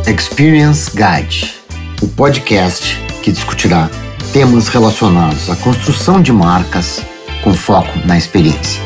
Experience Guide, o podcast que discutirá temas relacionados à construção de marcas com foco na experiência.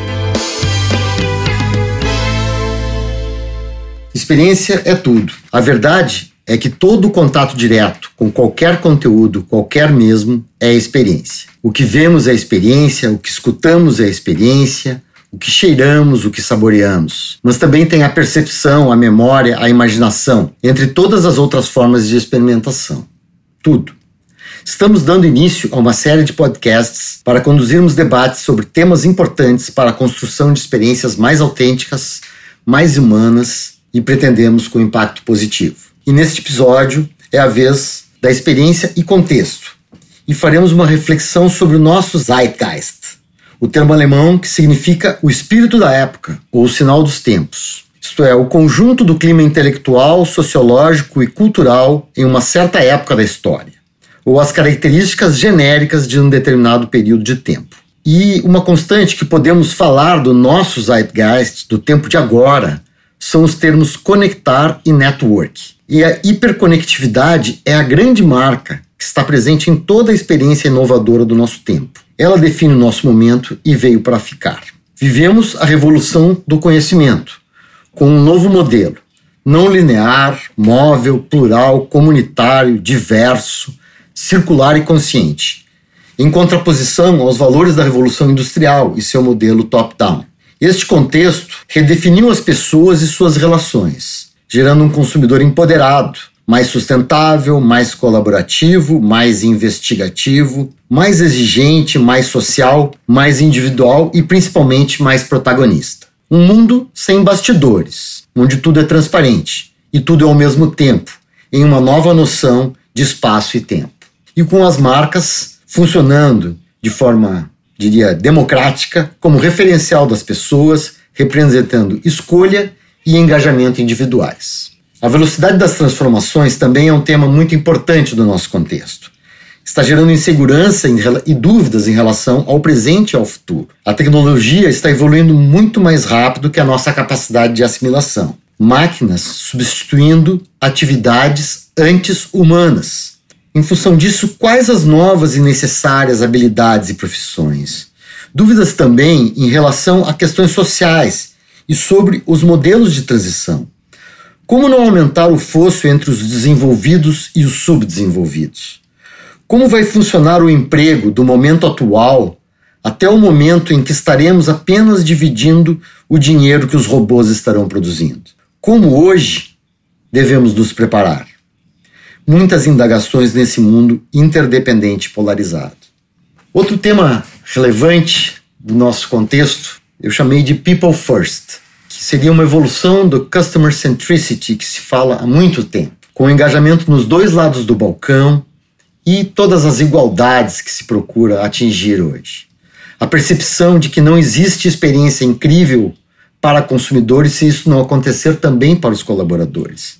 Experiência é tudo. A verdade é que todo contato direto com qualquer conteúdo, qualquer mesmo, é experiência. O que vemos é experiência, o que escutamos é experiência, o que cheiramos, o que saboreamos. Mas também tem a percepção, a memória, a imaginação, entre todas as outras formas de experimentação. Tudo. Estamos dando início a uma série de podcasts para conduzirmos debates sobre temas importantes para a construção de experiências mais autênticas, mais humanas e pretendemos com impacto positivo. E neste episódio é a vez da experiência e contexto. E faremos uma reflexão sobre o nosso Zeitgeist, o termo alemão que significa o espírito da época ou o sinal dos tempos. Isto é, o conjunto do clima intelectual, sociológico e cultural em uma certa época da história, ou as características genéricas de um determinado período de tempo. E uma constante que podemos falar do nosso Zeitgeist, do tempo de agora, são os termos conectar e network. E a hiperconectividade é a grande marca que está presente em toda a experiência inovadora do nosso tempo. Ela define o nosso momento e veio para ficar. Vivemos a revolução do conhecimento, com um novo modelo, não linear, móvel, plural, comunitário, diverso, circular e consciente, em contraposição aos valores da Revolução Industrial e seu modelo top-down. Este contexto redefiniu as pessoas e suas relações, gerando um consumidor empoderado, mais sustentável, mais colaborativo, mais investigativo, mais exigente, mais social, mais individual e principalmente mais protagonista. Um mundo sem bastidores, onde tudo é transparente e tudo é ao mesmo tempo, em uma nova noção de espaço e tempo. E com as marcas funcionando de forma, diria, democrática, como referencial das pessoas, representando escolha e engajamento individuais. A velocidade das transformações também é um tema muito importante do nosso contexto. Está gerando insegurança e dúvidas em relação ao presente e ao futuro. A tecnologia está evoluindo muito mais rápido que a nossa capacidade de assimilação. Máquinas substituindo atividades antes humanas. Em função disso, quais as novas e necessárias habilidades e profissões? Dúvidas também em relação a questões sociais e sobre os modelos de transição. Como não aumentar o fosso entre os desenvolvidos e os subdesenvolvidos? Como vai funcionar o emprego do momento atual até o momento em que estaremos apenas dividindo o dinheiro que os robôs estarão produzindo? Como hoje devemos nos preparar? Muitas indagações nesse mundo interdependente e polarizado. Outro tema relevante do nosso contexto eu chamei de People First, que seria uma evolução do Customer Centricity que se fala há muito tempo, com engajamento nos dois lados do balcão e todas as igualdades que se procura atingir hoje. A percepção de que não existe experiência incrível para consumidores se isso não acontecer também para os colaboradores.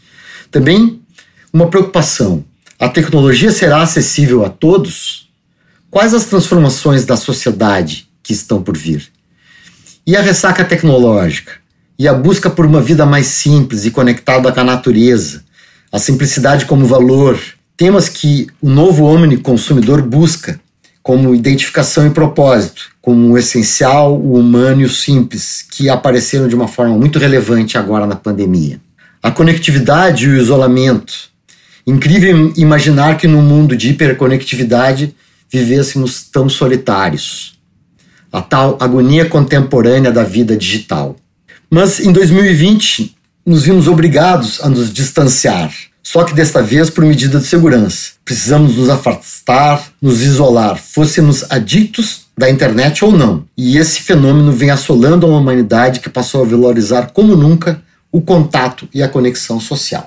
Também uma preocupação: a tecnologia será acessível a todos? Quais as transformações da sociedade que estão por vir? E a ressaca tecnológica? E a busca por uma vida mais simples e conectada com a natureza? A simplicidade como valor? Temas que o novo omniconsumidor busca como identificação e propósito, como o essencial, o humano e o simples, que apareceram de uma forma muito relevante agora na pandemia. A conectividade e o isolamento. Incrível imaginar que num mundo de hiperconectividade vivêssemos tão solitários. A tal agonia contemporânea da vida digital. Mas em 2020 nos vimos obrigados a nos distanciar, só que desta vez por medida de segurança. Precisamos nos afastar, nos isolar, fôssemos adictos da internet ou não. E esse fenômeno vem assolando a humanidade que passou a valorizar como nunca o contato e a conexão social.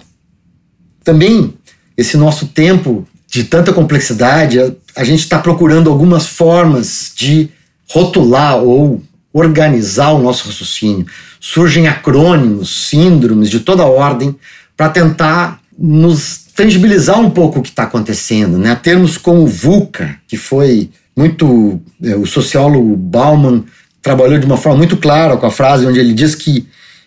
Também esse nosso tempo de tanta complexidade, a gente está procurando algumas formas de rotular ou organizar o nosso raciocínio. Surgem acrônimos, síndromes de toda ordem para tentar nos tangibilizar um pouco o que está acontecendo, né? Termos como VUCA, que foi muito... o sociólogo Bauman trabalhou de uma forma muito clara com a frase onde ele diz que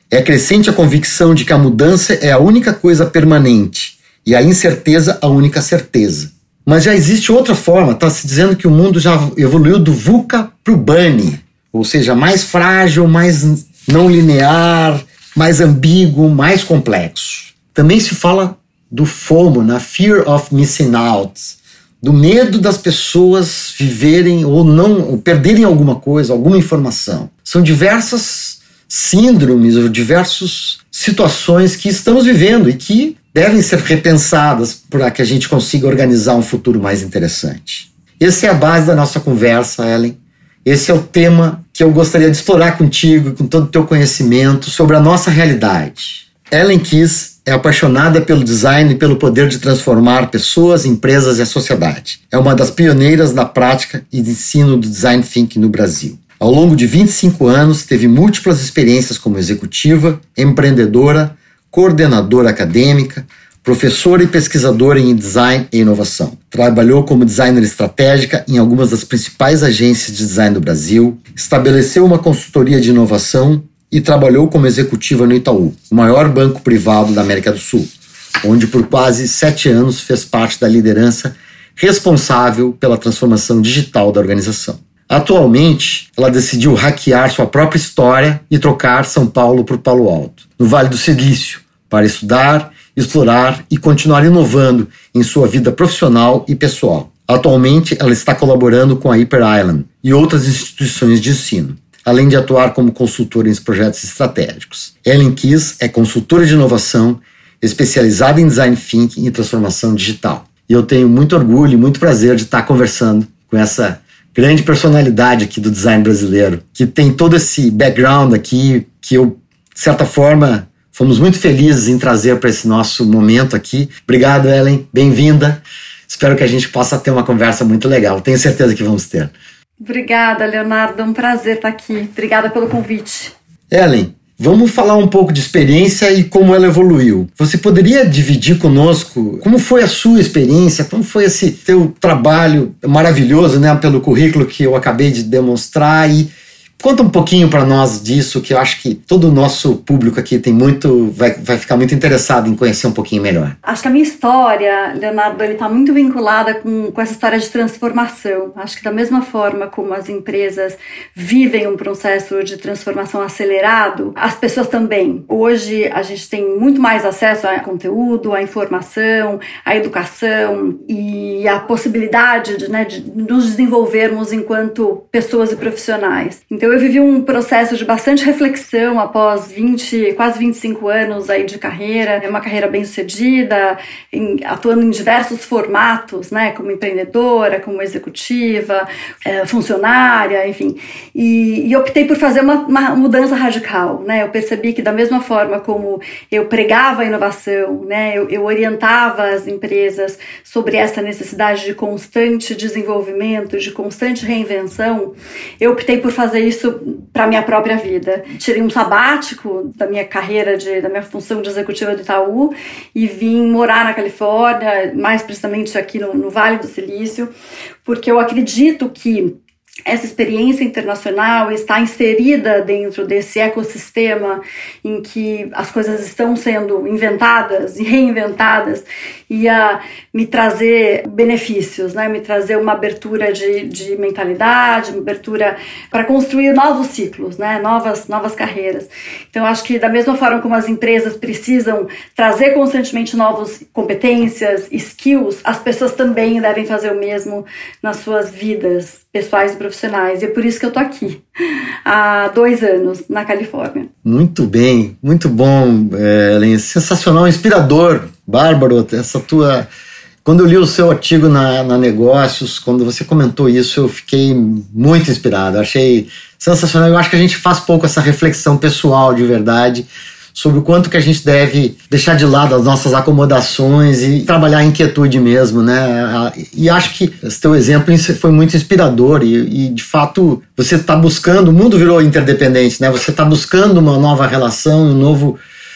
É crescente a convicção de que a mudança é a única coisa permanente e a incerteza a única certeza. Mas já existe outra forma, está se dizendo que o mundo já evoluiu do VUCA para o BUNNY, ou seja, mais frágil, mais não linear, mais ambíguo, mais complexo. Também se fala do FOMO, Fear of Missing Out, do medo das pessoas viverem ou não, ou perderem alguma coisa, alguma informação. São diversas síndromes ou diversas situações que estamos vivendo e que devem ser repensadas para que a gente consiga organizar um futuro mais interessante. Essa é a base da nossa conversa, Ellen. Esse é o tema que eu gostaria de explorar contigo, com todo o teu conhecimento sobre a nossa realidade. Ellen Keyes é apaixonada pelo design e pelo poder de transformar pessoas, empresas e a sociedade. É uma das pioneiras da prática e de ensino do design thinking no Brasil. Ao longo de 25 anos, teve múltiplas experiências como executiva, empreendedora, coordenadora acadêmica, professora e pesquisadora em design e inovação. Trabalhou como designer estratégica em algumas das principais agências de design do Brasil, estabeleceu uma consultoria de inovação e trabalhou como executiva no Itaú, o maior banco privado da América do Sul, onde por quase 7 anos fez parte da liderança responsável pela transformação digital da organização. Atualmente, ela decidiu hackear sua própria história e trocar São Paulo por Palo Alto, no Vale do Silício, para estudar, explorar e continuar inovando em sua vida profissional e pessoal. Atualmente, ela está colaborando com a Hyper Island e outras instituições de ensino, além de atuar como consultora em projetos estratégicos. Ellen Keyes é consultora de inovação, especializada em design thinking e transformação digital. E eu tenho muito orgulho e muito prazer de estar conversando com essa grande personalidade aqui do design brasileiro, que tem todo esse background aqui, que eu, de certa forma, fomos muito felizes em trazer para esse nosso momento aqui. Obrigado, Ellen. Bem-vinda. Espero que a gente possa ter uma conversa muito legal. Tenho certeza que vamos ter. Obrigada, Leonardo. É um prazer estar aqui. Obrigada pelo convite. Ellen, vamos falar um pouco de experiência e como ela evoluiu. Você poderia dividir conosco como foi a sua experiência, como foi esse teu trabalho maravilhoso, né, pelo currículo que eu acabei de demonstrar, e conta um pouquinho para nós disso, que eu acho que todo o nosso público aqui tem vai ficar muito interessado em conhecer um pouquinho melhor. Acho que a minha história, Leonardo, está muito vinculada com essa história de transformação. Acho que da mesma forma como as empresas vivem um processo de transformação acelerado, as pessoas também. Hoje a gente tem muito mais acesso a conteúdo, a informação, a educação e a possibilidade de nos desenvolvermos enquanto pessoas e profissionais. Então eu vivi um processo de bastante reflexão após quase 25 anos aí de carreira. É uma carreira bem sucedida, atuando em diversos formatos, né, como empreendedora, como executiva, funcionária, enfim. E optei por fazer uma mudança radical, né? Eu percebi que da mesma forma como eu pregava a inovação, né, eu orientava as empresas sobre essa necessidade de constante desenvolvimento, de constante reinvenção, eu optei por fazer isso para minha própria vida. Tirei um sabático da minha carreira, da minha função de executiva do Itaú, e vim morar na Califórnia, mais precisamente aqui no Vale do Silício, porque eu acredito que essa experiência internacional está inserida dentro desse ecossistema em que as coisas estão sendo inventadas e reinventadas, ia me trazer benefícios, né? Me trazer uma abertura de mentalidade, uma abertura para construir novos ciclos, né? Novas carreiras. Então, acho que da mesma forma como as empresas precisam trazer constantemente novas competências, skills, as pessoas também devem fazer o mesmo nas suas vidas pessoais e profissionais. E é por isso que eu tô aqui há 2 anos na Califórnia. Muito bem, muito bom, Ellen. Sensacional, inspirador. Bárbaro, essa tua... Quando eu li o seu artigo na Negócios, quando você comentou isso, eu fiquei muito inspirado. Eu achei sensacional. Eu acho que a gente faz pouco essa reflexão pessoal, de verdade, sobre o quanto que a gente deve deixar de lado as nossas acomodações e trabalhar a inquietude mesmo, né? E acho que esse teu exemplo foi muito inspirador e de fato, você está buscando... O mundo virou interdependente, né? Você está buscando uma nova relação, um novo...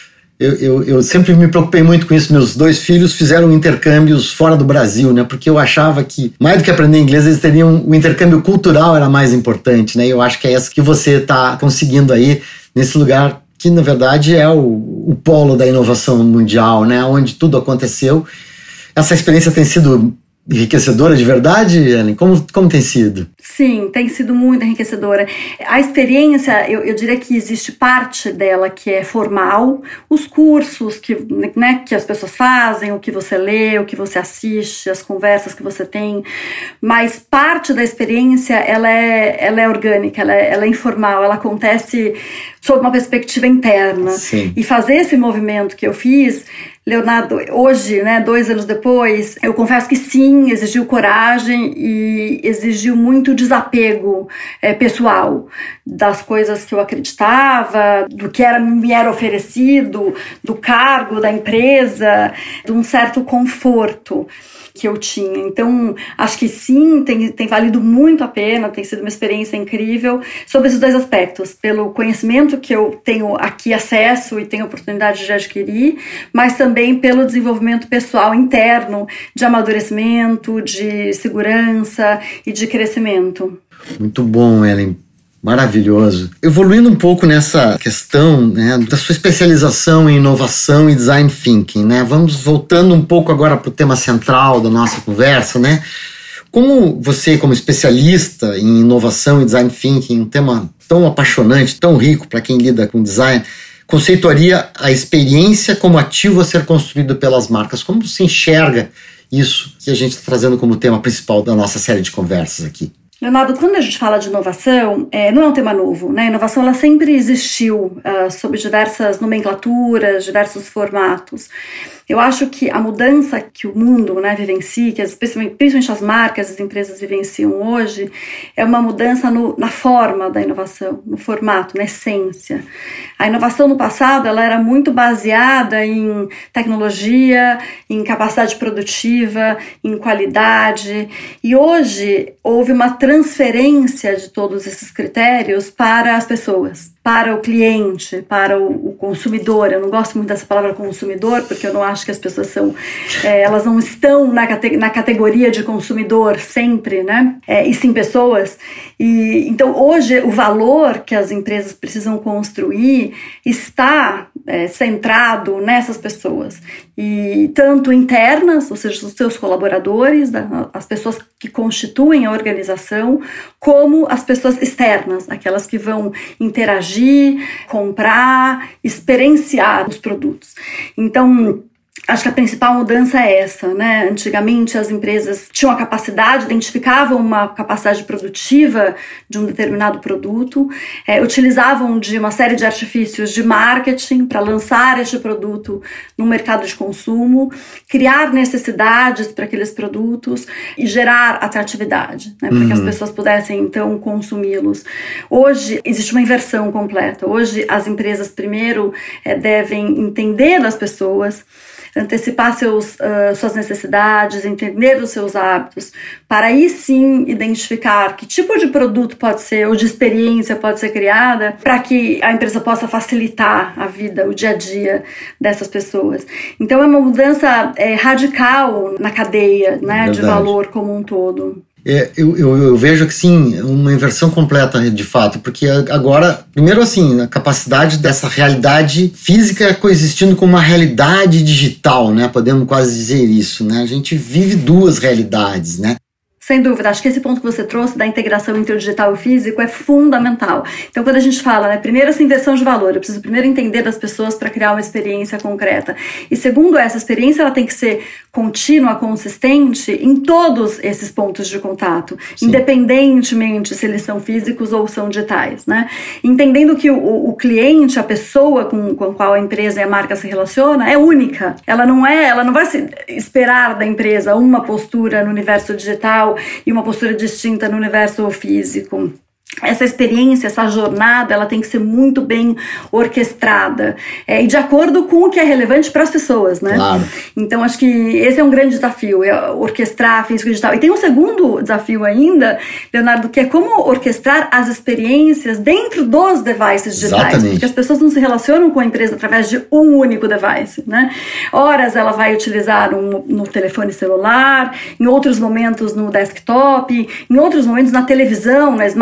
Eu sempre me preocupei muito com isso. Meus 2 filhos fizeram intercâmbios fora do Brasil, né? Porque eu achava que, mais do que aprender inglês, eles teriam... O intercâmbio cultural era mais importante, né? E eu acho que é isso que você está conseguindo aí, nesse lugar que na verdade é o polo da inovação mundial, né? Onde tudo aconteceu. Essa experiência tem sido enriquecedora de verdade, Ellen? Como tem sido? Sim, tem sido muito enriquecedora. A experiência, eu diria que existe parte dela que é formal, os cursos que as pessoas fazem, o que você lê, o que você assiste, as conversas que você tem, mas parte da experiência ela é orgânica, ela é informal, ela acontece sob uma perspectiva interna. Sim. E fazer esse movimento que eu fiz, Leonardo, hoje, 2 anos depois, eu confesso que sim, exigiu coragem e exigiu muito desapego pessoal das coisas que eu acreditava, do que me era oferecido, do cargo da empresa, de um certo conforto que eu tinha. Então, acho que sim, tem valido muito a pena, tem sido uma experiência incrível sobre esses 2 aspectos, pelo conhecimento que eu tenho aqui acesso e tenho oportunidade de adquirir, mas também pelo desenvolvimento pessoal interno, de amadurecimento, de segurança e de crescimento. Muito bom, Ellen. Maravilhoso. Evoluindo um pouco nessa questão, né, da sua especialização em inovação e design thinking, né? Vamos voltando um pouco agora para o tema central da nossa conversa, né? Como você, como especialista em inovação e design thinking, um tema tão apaixonante, tão rico para quem lida com design, conceituaria a experiência como ativo a ser construído pelas marcas? Como você enxerga isso que a gente está trazendo como tema principal da nossa série de conversas aqui? Leonardo, quando a gente fala de inovação, não é um tema novo, né? A inovação ela sempre existiu sob diversas nomenclaturas, diversos formatos. Eu acho que a mudança que o mundo vivencia, que principalmente as marcas, as empresas vivenciam hoje, é uma mudança na forma da inovação, no formato, na essência. A inovação no passado ela era muito baseada em tecnologia, em capacidade produtiva, em qualidade, e hoje houve uma transferência de todos esses critérios para as pessoas, para o cliente, para o consumidor. Eu não gosto muito dessa palavra consumidor, porque eu não acho que as pessoas elas não estão na categoria de consumidor sempre, né? E sim pessoas. E então hoje o valor que as empresas precisam construir está centrado nessas pessoas, e tanto internas, ou seja, os seus colaboradores, as pessoas que constituem a organização, como as pessoas externas, aquelas que vão interagir, comprar, experienciar os produtos. Então, acho que a principal mudança é essa, né? Antigamente as empresas tinham a capacidade, identificavam uma capacidade produtiva de um determinado produto, utilizavam de uma série de artifícios de marketing para lançar este produto no mercado de consumo, criar necessidades para aqueles produtos e gerar atratividade, né? Para que as pessoas pudessem então consumi-los. Hoje existe uma inversão completa. Hoje as empresas primeiro devem entender das pessoas, antecipar suas necessidades, entender os seus hábitos, para aí sim identificar que tipo de produto pode ser, ou de experiência pode ser criada, para que a empresa possa facilitar a vida, o dia a dia dessas pessoas. Então é uma mudança radical na cadeia, né, de valor como um todo. Eu vejo que sim, uma inversão completa de fato, porque agora, primeiro assim, a capacidade dessa realidade física coexistindo com uma realidade digital, né? Podemos quase dizer isso, né? A gente vive 2 realidades, né? Sem dúvida, acho que esse ponto que você trouxe da integração entre o digital e o físico é fundamental. Então, quando a gente fala, primeiro essa inversão de valor, eu preciso primeiro entender das pessoas para criar uma experiência concreta. E segundo, essa experiência ela tem que ser contínua, consistente em todos esses pontos de contato, sim, independentemente se eles são físicos ou são digitais, né? Entendendo que o cliente, a pessoa com a qual a empresa e a marca se relaciona é única. Ela não vai se esperar da empresa uma postura no universo digital e uma postura distinta no universo físico. Essa experiência, essa jornada, ela tem que ser muito bem orquestrada e de acordo com o que é relevante para as pessoas, né? Claro. Então, acho que esse é um grande desafio, orquestrar físico e digital. E tem um segundo desafio ainda, Leonardo, que é como orquestrar as experiências dentro dos devices digitais. Exatamente. Porque as pessoas não se relacionam com a empresa através de um único device, né? Horas ela vai utilizar no telefone celular, em outros momentos no desktop, em outros momentos na televisão, na Smart TV,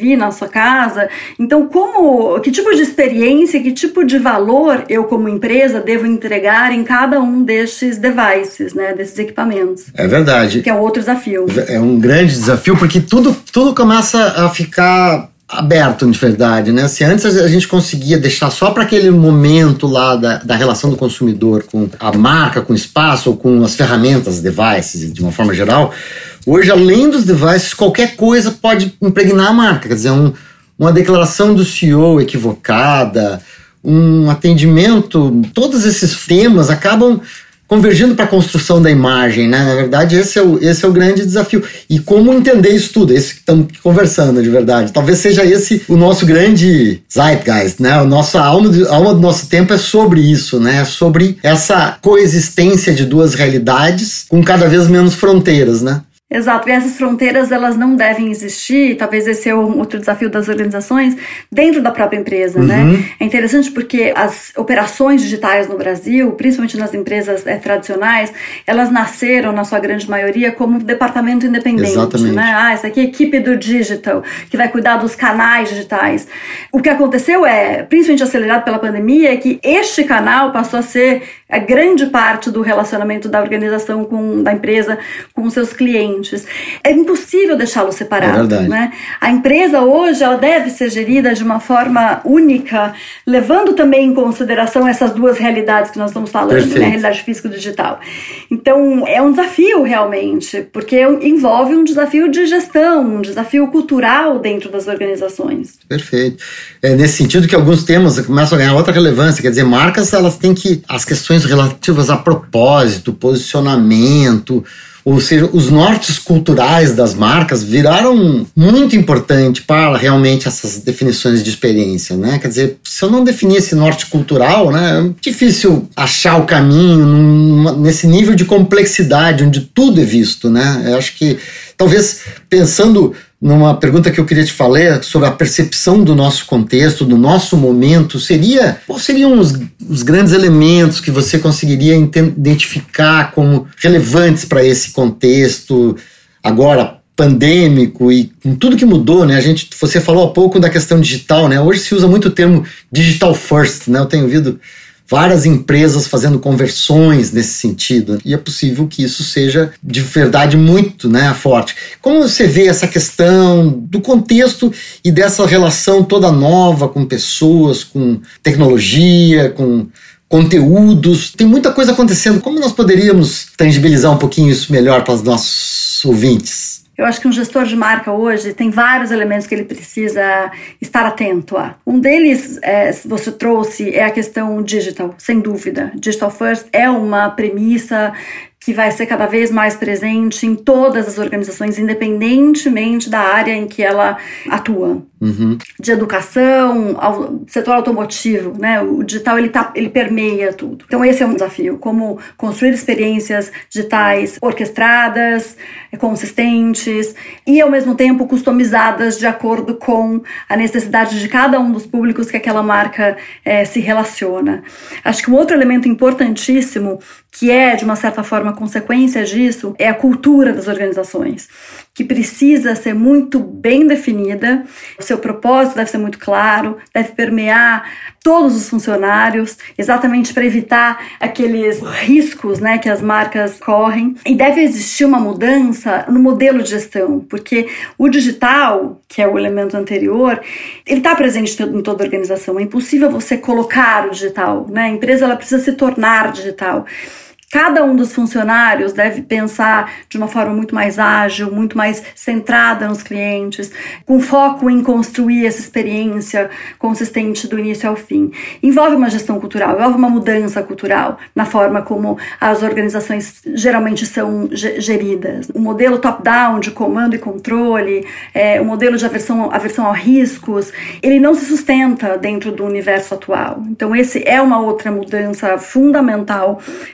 servir na sua casa. Então, que tipo de experiência, que tipo de valor eu, como empresa, devo entregar em cada um destes devices, né, desses equipamentos? É verdade. Que é outro desafio. É um grande desafio, porque tudo começa a ficar aberto, de verdade, né? Se antes a gente conseguia deixar só para aquele momento lá da relação do consumidor com a marca, com o espaço, ou com as ferramentas, devices, de uma forma geral, hoje, além dos devices, qualquer coisa pode impregnar a marca. Quer dizer, uma declaração do CEO equivocada, um atendimento, todos esses temas acabam convergindo para a construção da imagem, né? Na verdade, esse é o grande desafio. E como entender isso tudo? Esse que estamos conversando, de verdade. Talvez seja esse o nosso grande zeitgeist, né? A alma do nosso tempo é sobre isso, né? Sobre essa coexistência de duas realidades com cada vez menos fronteiras, né? Exato, e essas fronteiras elas não devem existir, talvez esse é um outro desafio das organizações, dentro da própria empresa, né? É interessante porque as operações digitais no Brasil, principalmente nas empresas tradicionais, elas nasceram, na sua grande maioria, como departamento independente. Exatamente. Né? Essa aqui é a equipe do digital, que vai cuidar dos canais digitais. O que aconteceu principalmente acelerado pela pandemia, é que este canal passou a ser a grande parte do relacionamento da organização da empresa com os seus clientes. É impossível deixá-lo separado. É verdade. Né? A empresa hoje ela deve ser gerida de uma forma única, levando também em consideração essas duas realidades que nós estamos falando, né? A realidade física e digital. Então, é um desafio realmente, porque envolve um desafio de gestão, um desafio cultural dentro das organizações. Perfeito. É nesse sentido que alguns temas começam a ganhar outra relevância, quer dizer, marcas, elas têm que, as questões relativas a propósito, posicionamento, ou seja, os nortes culturais das marcas viraram muito importante para realmente essas definições de experiência, né? Quer dizer, se eu não definir esse norte cultural, né, é difícil achar o caminho nesse nível de complexidade onde tudo é visto, né? Eu acho que, talvez, pensando numa pergunta que eu queria te falar sobre a percepção do nosso contexto, do nosso momento, quais seriam os grandes elementos que você conseguiria identificar como relevantes para esse contexto agora pandêmico e com tudo que mudou, né? Você falou há pouco da questão digital, né? Hoje se usa muito o termo digital first, né? Eu tenho ouvido várias empresas fazendo conversões nesse sentido. E é possível que isso seja, de verdade, muito, né, forte. Como você vê essa questão do contexto e dessa relação toda nova com pessoas, com tecnologia, com conteúdos? Tem muita coisa acontecendo. Como nós poderíamos tangibilizar um pouquinho isso melhor para os nossos ouvintes? Eu acho que um gestor de marca hoje tem vários elementos que ele precisa estar atento a. Um deles, você trouxe, é a questão digital, sem dúvida. Digital first é uma premissa que vai ser cada vez mais presente em todas as organizações, independentemente da área em que ela atua. De educação, ao setor automotivo, né? O digital ele permeia tudo. Então esse é um desafio, como construir experiências digitais orquestradas, consistentes e ao mesmo tempo customizadas de acordo com a necessidade de cada um dos públicos que aquela marca se relaciona. Acho que um outro elemento importantíssimo, que é de uma certa forma consequência disso, é a cultura das organizações, que precisa ser muito bem definida. O seu propósito deve ser muito claro, deve permear todos os funcionários, exatamente para evitar aqueles riscos, né, que as marcas correm. E deve existir uma mudança no modelo de gestão, porque o digital, que é o elemento anterior, ele está presente em toda a organização. É impossível você colocar o digital, né? A empresa ela precisa se tornar digital. Cada um dos funcionários deve pensar de uma forma muito mais ágil, muito mais centrada nos clientes, com foco em construir essa experiência consistente do início ao fim. Envolve uma gestão cultural, envolve uma mudança cultural na forma como as organizações geralmente são geridas. O modelo top-down de comando e controle, o modelo de aversão a riscos, ele não se sustenta dentro do universo atual. Então esse é uma outra mudança fundamental de um gestor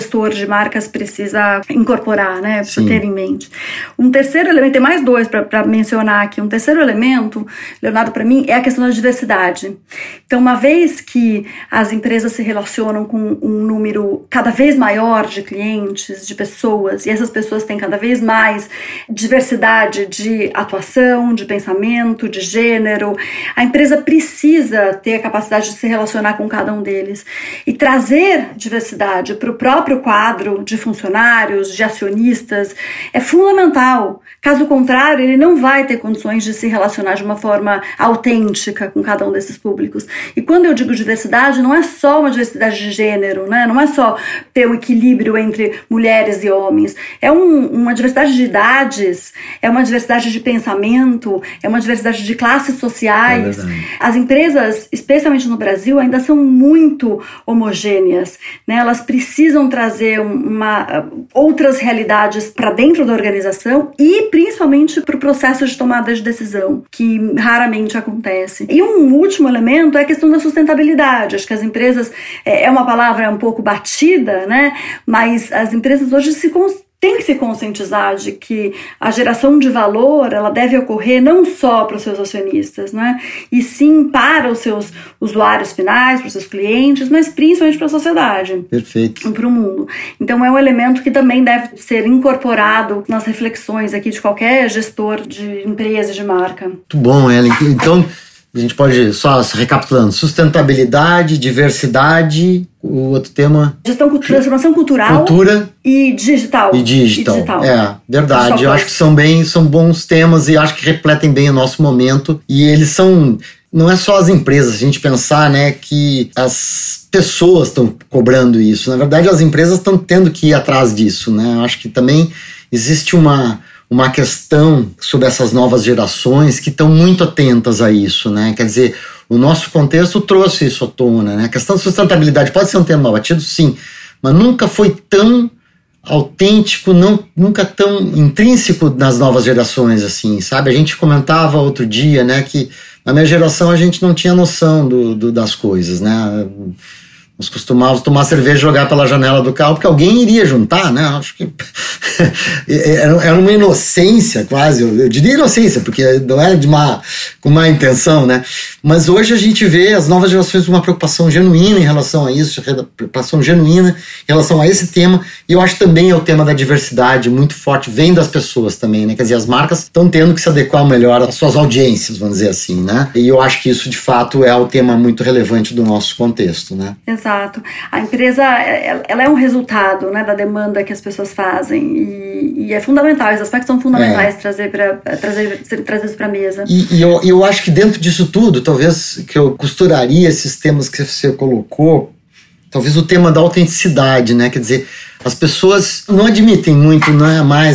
gestor de marcas precisa incorporar, né, para ter em mente. Um terceiro elemento, tem mais dois para mencionar aqui. Um terceiro elemento, Leonardo, para mim, é a questão da diversidade. Então, uma vez que as empresas se relacionam com um número cada vez maior de clientes, de pessoas, e essas pessoas têm cada vez mais diversidade de atuação, de pensamento, de gênero, a empresa precisa ter a capacidade de se relacionar com cada um deles e trazer diversidade para o próprio quadro de funcionários, de acionistas, é fundamental. Caso contrário, ele não vai ter condições de se relacionar de uma forma autêntica com cada um desses públicos. E quando eu digo diversidade, não é só uma diversidade de gênero, né? Não é só ter um equilíbrio entre mulheres e homens. É uma diversidade de idades, é uma diversidade de pensamento, é uma diversidade de classes sociais. As empresas, especialmente no Brasil, ainda são muito homogêneas, né? Elas precisam trazer outras realidades para dentro da organização e principalmente para o processo de tomada de decisão, que raramente acontece. E um último elemento é a questão da sustentabilidade. Acho que as empresas, é uma palavra um pouco batida, né? Mas as empresas hoje tem que se conscientizar de que a geração de valor, ela deve ocorrer não só para os seus acionistas, né? E sim para os seus usuários finais, para os seus clientes, mas principalmente para a sociedade. Perfeito. E para o mundo. Então é um elemento que também deve ser incorporado nas reflexões aqui de qualquer gestor de empresa, de marca. Muito bom, Ellen. Então, a gente pode, só recapitulando, sustentabilidade, diversidade, o outro tema... Transformação cultural. Cultura. E digital. E digital. Verdade. Digital. Eu acho que são bons temas e acho que refletem bem o nosso momento. E eles são... Não é só as empresas, a gente pensar, né, que as pessoas estão cobrando isso. Na verdade, as empresas estão tendo que ir atrás disso, né? Eu acho que também existe uma questão sobre essas novas gerações que estão muito atentas a isso, né? Quer dizer, o nosso contexto trouxe isso à tona, né? A questão da sustentabilidade pode ser um tema batido, sim, mas nunca foi tão autêntico, nunca tão intrínseco nas novas gerações, assim, sabe? A gente comentava outro dia, né, que na minha geração a gente não tinha noção das coisas, né? Nós costumávamos tomar cerveja e jogar pela janela do carro porque alguém iria juntar, né? Acho que era uma inocência quase, eu diria inocência, porque não é com má intenção, né? Mas hoje a gente vê as novas gerações com uma preocupação genuína em relação a isso, preocupação genuína em relação a esse tema, e eu acho que também é o tema da diversidade muito forte, vem das pessoas também, né? Quer dizer, as marcas estão tendo que se adequar melhor às suas audiências, vamos dizer assim, né? E eu acho que isso, de fato, é o tema muito relevante do nosso contexto, né? Exato. A empresa, ela é um resultado, né, da demanda que as pessoas fazem e é fundamental, esses aspectos são fundamentais trazer isso para a mesa. E eu acho que dentro disso tudo, talvez que eu costuraria esses temas que você colocou, talvez o tema da autenticidade, né? Quer dizer, as pessoas não admitem muito, não é mais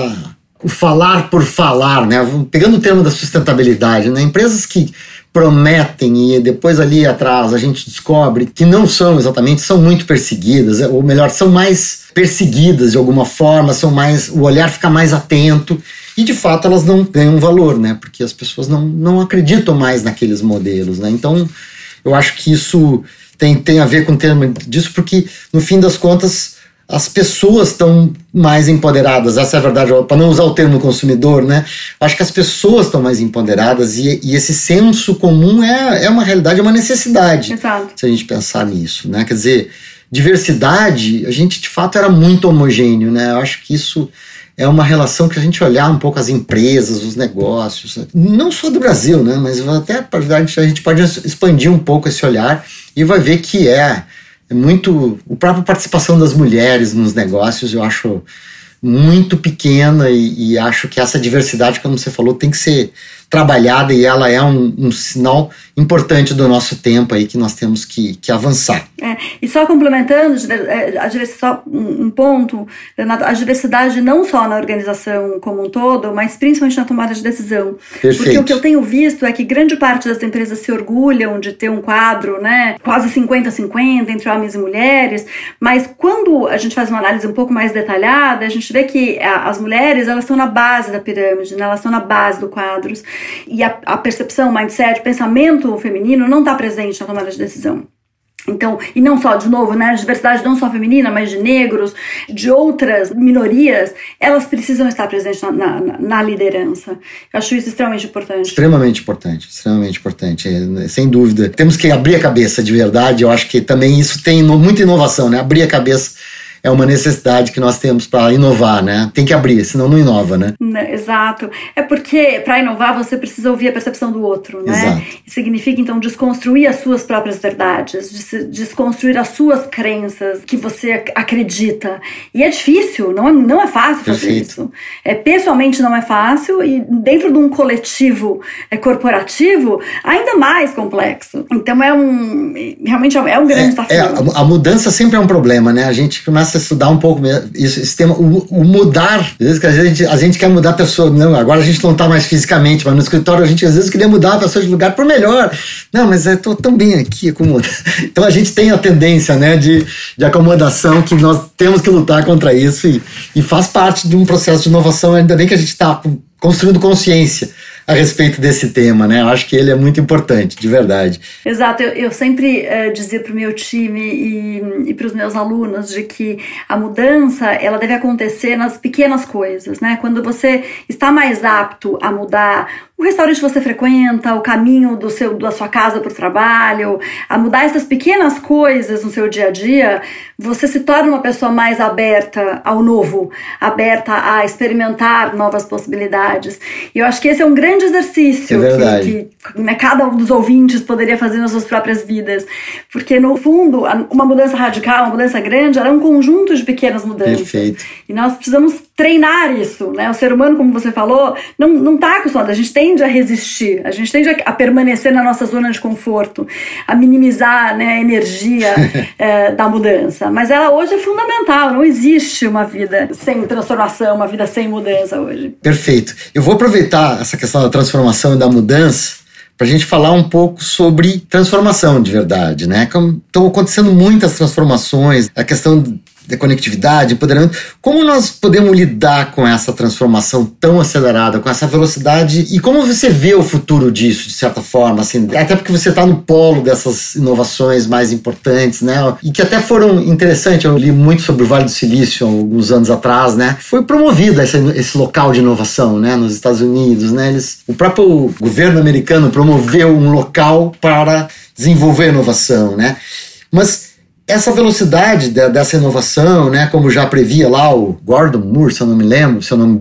o falar por falar, né? Pegando o termo da sustentabilidade, né? Empresas que prometem e depois ali atrás a gente descobre que não são exatamente, são muito perseguidas, ou melhor, são mais perseguidas de alguma forma, o olhar fica mais atento e de fato elas não ganham valor, né? Porque as pessoas não acreditam mais naqueles modelos, né? Então eu acho que isso tem a ver com o termo disso, porque no fim das contas as pessoas estão mais empoderadas, essa é a verdade, para não usar o termo consumidor, né? Acho que as pessoas estão mais empoderadas e esse senso comum é uma realidade, é uma necessidade. Exato. Se a gente pensar nisso, né? Quer dizer, diversidade, a gente de fato era muito homogêneo, né? Eu acho que isso é uma relação que a gente olhar um pouco as empresas, os negócios, não só do Brasil, né? Mas até a gente pode expandir um pouco esse olhar e vai ver que muito, a própria participação das mulheres nos negócios eu acho muito pequena e acho que essa diversidade, como você falou, tem que ser trabalhada e ela é um sinal importante do nosso tempo aí que nós temos que avançar. E só complementando, só um ponto, Renato, a diversidade não só na organização como um todo, mas principalmente na tomada de decisão. Perfeito. Porque o que eu tenho visto é que grande parte das empresas se orgulham de ter um quadro, né, quase 50-50 entre homens e mulheres, mas quando a gente faz uma análise um pouco mais detalhada, a gente vê que as mulheres, elas estão na base da pirâmide, né, elas estão na base do quadros. E a percepção, o mindset, o pensamento feminino não está presente na tomada de decisão. Então, e não só, de novo, né, a diversidade não só feminina, mas de negros, de outras minorias, elas precisam estar presentes na liderança. Eu acho isso extremamente importante. Extremamente importante, sem dúvida. Temos que abrir a cabeça de verdade, eu acho que também isso tem muita inovação, né? Abrir a cabeça é uma necessidade que nós temos para inovar, né? Tem que abrir, senão não inova, né? Exato. É porque para inovar você precisa ouvir a percepção do outro, né? Exato. Significa, então, desconstruir as suas próprias verdades, desconstruir as suas crenças que você acredita. E é difícil, não é fácil fazer isso. Pessoalmente não é fácil e dentro de um coletivo corporativo, ainda mais complexo. Então realmente é um grande desafio. A mudança sempre é um problema, né? A gente começa a estudar um pouco esse tema, o mudar. Às vezes a gente quer mudar a pessoa, não, agora a gente não está mais fisicamente, mas no escritório a gente às vezes queria mudar a pessoa de lugar para o melhor. Não, mas eu estou tão bem aqui, acomoda. Então a gente tem a tendência, né, de acomodação, que nós temos que lutar contra isso e faz parte de um processo de inovação. Ainda bem que a gente está construindo consciência a respeito desse tema, né? Eu acho que ele é muito importante, de verdade. Exato, eu sempre dizia para o meu time e para os meus alunos de que a mudança, ela deve acontecer nas pequenas coisas, né? Quando você está mais apto a mudar o restaurante que você frequenta, o caminho da sua casa para o trabalho, a mudar essas pequenas coisas no seu dia a dia, você se torna uma pessoa mais aberta ao novo, aberta a experimentar novas possibilidades. E eu acho que esse é um grande exercício que cada um dos ouvintes poderia fazer nas suas próprias vidas. Porque, no fundo, uma mudança radical, uma mudança grande, ela é um conjunto de pequenas mudanças. Perfeito. E nós precisamos treinar isso, né? O ser humano, como você falou, não está acostumado. A gente tende a resistir, a gente tende a permanecer na nossa zona de conforto, a minimizar, né, a energia da mudança. Mas ela hoje é fundamental, não existe uma vida sem transformação, uma vida sem mudança hoje. Perfeito. Eu vou aproveitar essa questão da transformação e da mudança para a gente falar um pouco sobre transformação de verdade, né? Estão acontecendo muitas transformações, a questão da conectividade, empoderamento. Como nós podemos lidar com essa transformação tão acelerada, com essa velocidade, e como você vê o futuro disso, de certa forma, assim, até porque você está no polo dessas inovações mais importantes, né, e que até foram interessantes. Eu li muito sobre o Vale do Silício alguns anos atrás, né, foi promovido esse local de inovação, né, nos Estados Unidos, né, o próprio governo americano promoveu um local para desenvolver inovação, né, mas essa velocidade dessa inovação, né, como já previa lá o Gordon Moore, se eu não me lembro,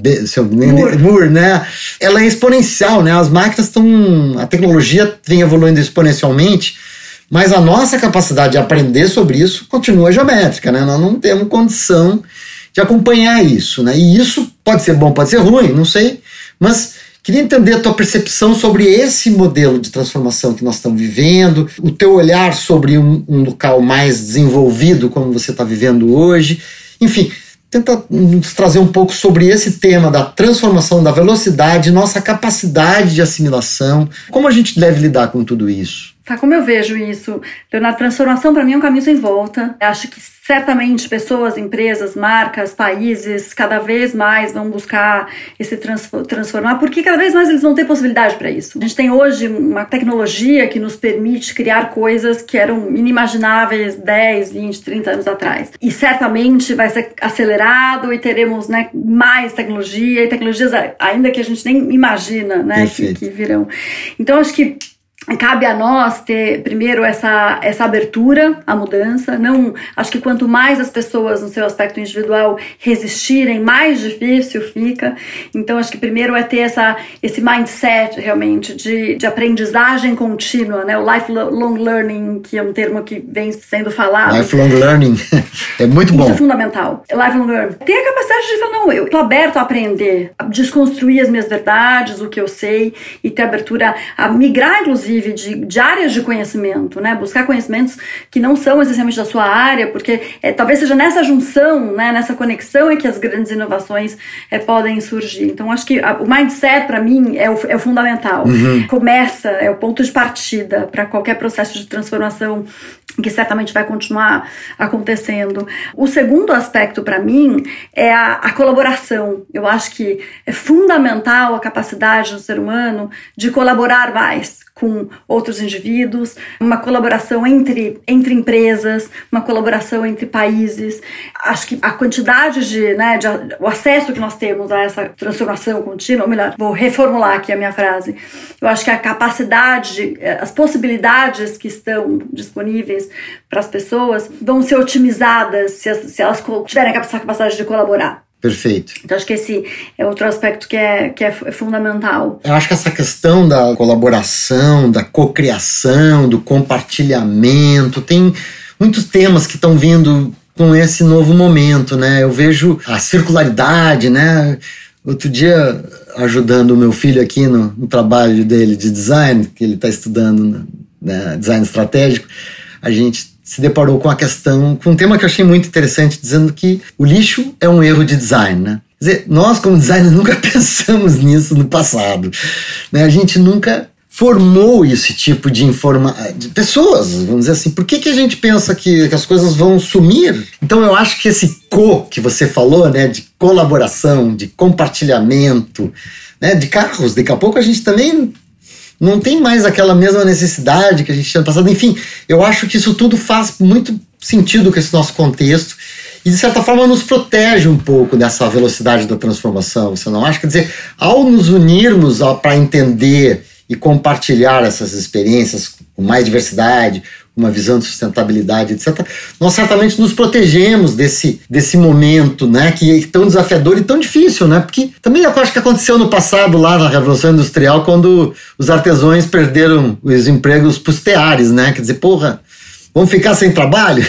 Moore, né, ela é exponencial, né, as máquinas a tecnologia vem evoluindo exponencialmente, mas a nossa capacidade de aprender sobre isso continua geométrica, né, nós não temos condição de acompanhar isso, né, e isso pode ser bom, pode ser ruim, não sei, mas queria entender a tua percepção sobre esse modelo de transformação que nós estamos vivendo, o teu olhar sobre um local mais desenvolvido como você está vivendo hoje. Enfim, tenta nos trazer um pouco sobre esse tema da transformação, da velocidade, nossa capacidade de assimilação. Como a gente deve lidar com tudo isso? Como eu vejo isso, Leonardo, transformação para mim é um caminho sem volta. Acho que certamente pessoas, empresas, marcas, países, cada vez mais vão buscar esse transformar, porque cada vez mais eles vão ter possibilidade para isso. A gente tem hoje uma tecnologia que nos permite criar coisas que eram inimagináveis 10, 20, 30 anos atrás. E certamente vai ser acelerado e teremos, né, mais tecnologia e tecnologias ainda que a gente nem imagina, né, que virão. Então, acho que cabe a nós ter, primeiro, essa abertura à mudança. Acho que quanto mais as pessoas, no seu aspecto individual, resistirem, mais difícil fica. Então, acho que primeiro é ter esse mindset, realmente, de aprendizagem contínua, né? O lifelong learning, que é um termo que vem sendo falado. Lifelong learning, é muito bom. Isso é fundamental. Lifelong learning. Ter a capacidade de falar, não, eu estou aberto a aprender, a desconstruir as minhas verdades, o que eu sei, e ter abertura a migrar, inclusive, de áreas de conhecimento, né? Buscar conhecimentos que não são essencialmente da sua área, porque talvez seja nessa junção, né? Nessa conexão é que as grandes inovações podem surgir. Então, acho que o mindset, para mim, é o fundamental. É o ponto de partida para qualquer processo de transformação que certamente vai continuar acontecendo. O segundo aspecto, para mim, é a colaboração. Eu acho que é fundamental a capacidade do ser humano de colaborar mais com outros indivíduos, uma colaboração entre empresas, uma colaboração entre países. Acho que a quantidade o acesso que nós temos a essa transformação contínua, ou melhor, vou reformular aqui a minha frase, eu acho que a capacidade, as possibilidades que estão disponíveis para as pessoas vão ser otimizadas se elas tiverem essa capacidade de colaborar. Perfeito. Então, acho que esse é outro aspecto que é fundamental. Eu acho que essa questão da colaboração, da cocriação, do compartilhamento, tem muitos temas que estão vindo com esse novo momento, né? Eu vejo a circularidade, né? Outro dia, ajudando o meu filho aqui no trabalho dele de design, que ele está estudando, né, design estratégico, a gente se deparou com um tema que eu achei muito interessante, dizendo que o lixo é um erro de design, né? Quer dizer, nós como designers nunca pensamos nisso no passado, né? A gente nunca formou esse tipo de pessoas, vamos dizer assim. Por que a gente pensa que as coisas vão sumir? Então eu acho que esse que você falou, né, de colaboração, de compartilhamento, né, de carros, daqui a pouco a gente também não tem mais aquela mesma necessidade que a gente tinha no passado. Enfim, eu acho que isso tudo faz muito sentido com esse nosso contexto e, de certa forma, nos protege um pouco dessa velocidade da transformação. Você não acha? Quer dizer, ao nos unirmos para entender e compartilhar essas experiências com mais diversidade, uma visão de sustentabilidade, etc., nós certamente nos protegemos desse momento, né, que é tão desafiador e tão difícil, né? Porque também eu acho que aconteceu no passado, lá na Revolução Industrial, quando os artesãos perderam os empregos para os teares, né? Quer dizer, vamos ficar sem trabalho?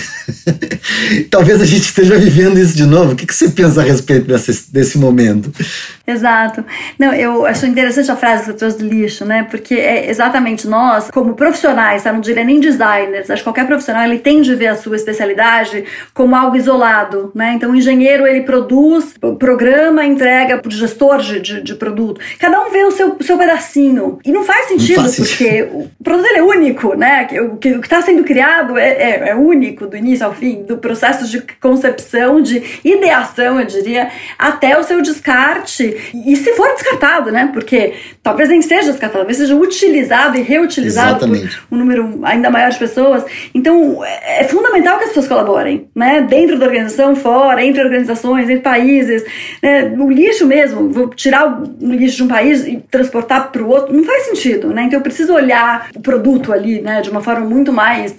Talvez a gente esteja vivendo isso de novo. O que você pensa a respeito desse momento? Exato. Não, eu acho interessante a frase que você trouxe do lixo, né? Porque é exatamente nós, como profissionais, não diria nem designers, acho que qualquer profissional, ele tem de ver a sua especialidade como algo isolado, né? Então o engenheiro, ele produz, programa, entrega para o gestor de produto. Cada um vê o seu pedacinho. E não faz sentido, porque o produto ele é único, né? O que está sendo criado é único, do início ao fim, do processo de concepção, de ideação, eu diria, até o seu descarte. E se for descartado, né? Porque talvez nem seja descartado, talvez seja utilizado e reutilizado por um número ainda maior de pessoas. Então, é fundamental que as pessoas colaborem, né? Dentro da organização, fora, entre organizações, entre países. Né? O lixo mesmo, vou tirar o lixo de um país e transportar para o outro, não faz sentido, né? Então, eu preciso olhar o produto ali, né? De uma forma muito mais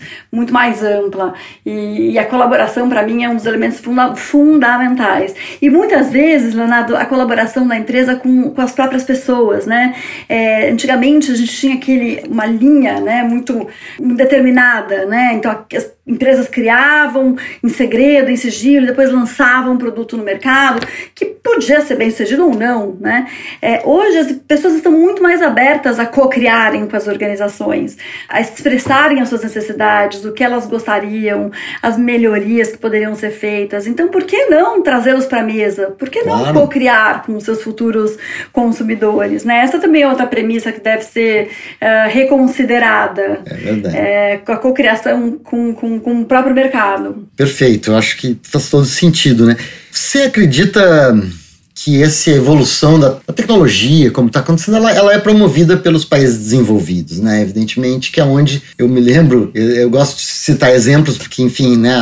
ampla. E a colaboração, para mim, é um dos elementos fundamentais. E muitas vezes, Leonardo, a colaboração da empresa com as próprias pessoas, né? Antigamente, a gente tinha uma linha, né, muito determinada, né? Então, as empresas criavam em segredo, em sigilo, depois lançavam um produto no mercado, que podia ser bem sucedido ou não, né? Hoje, as pessoas estão muito mais abertas a co-criarem com as organizações, a expressarem as suas necessidades, o que elas gostariam, as melhorias que poderiam ser feitas. Então, por que não trazê-los para a mesa? Por que não co-criar com os seus futuros consumidores? Né? Essa também é outra premissa que deve ser reconsiderada. É verdade. A co-criação com o próprio mercado. Perfeito, eu acho que faz todo sentido, né? Você acredita que essa evolução da tecnologia, como está acontecendo, ela é promovida pelos países desenvolvidos, né? Evidentemente que é onde eu me lembro, eu gosto de citar exemplos, porque, enfim, né,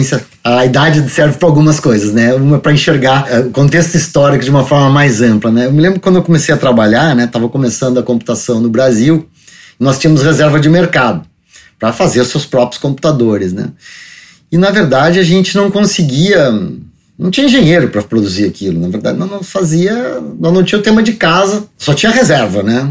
a idade serve para algumas coisas, né? Uma para enxergar o contexto histórico de uma forma mais ampla, né? Eu me lembro quando eu comecei a trabalhar, né? Estava começando a computação no Brasil, nós tínhamos reserva de mercado para fazer os seus próprios computadores, né? E, na verdade, a gente não conseguia... Não tinha engenheiro para produzir aquilo. Na verdade, nós não tinha o tema de casa, só tinha reserva, né?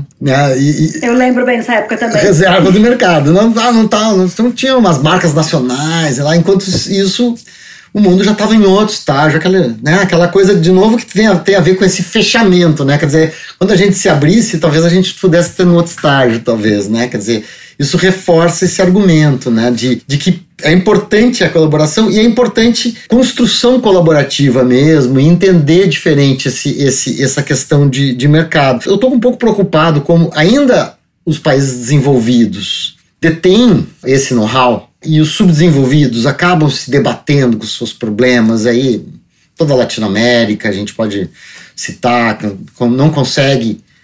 Eu lembro bem dessa época também. Reserva do mercado. Não tinha umas marcas nacionais, lá, enquanto isso, o mundo já estava em outro estágio, aquela coisa, de novo, que tem a ver com esse fechamento, né? Quer dizer, quando a gente se abrisse, talvez a gente pudesse ter um outro estágio, talvez, né? Quer dizer, isso reforça esse argumento, né? De que é importante a colaboração e é importante construção colaborativa mesmo, e entender diferente essa questão de mercado. Eu estou um pouco preocupado como ainda os países desenvolvidos detêm esse know-how e os subdesenvolvidos acabam se debatendo com os seus problemas. Aí toda a Latinoamérica a gente pode citar, não consegue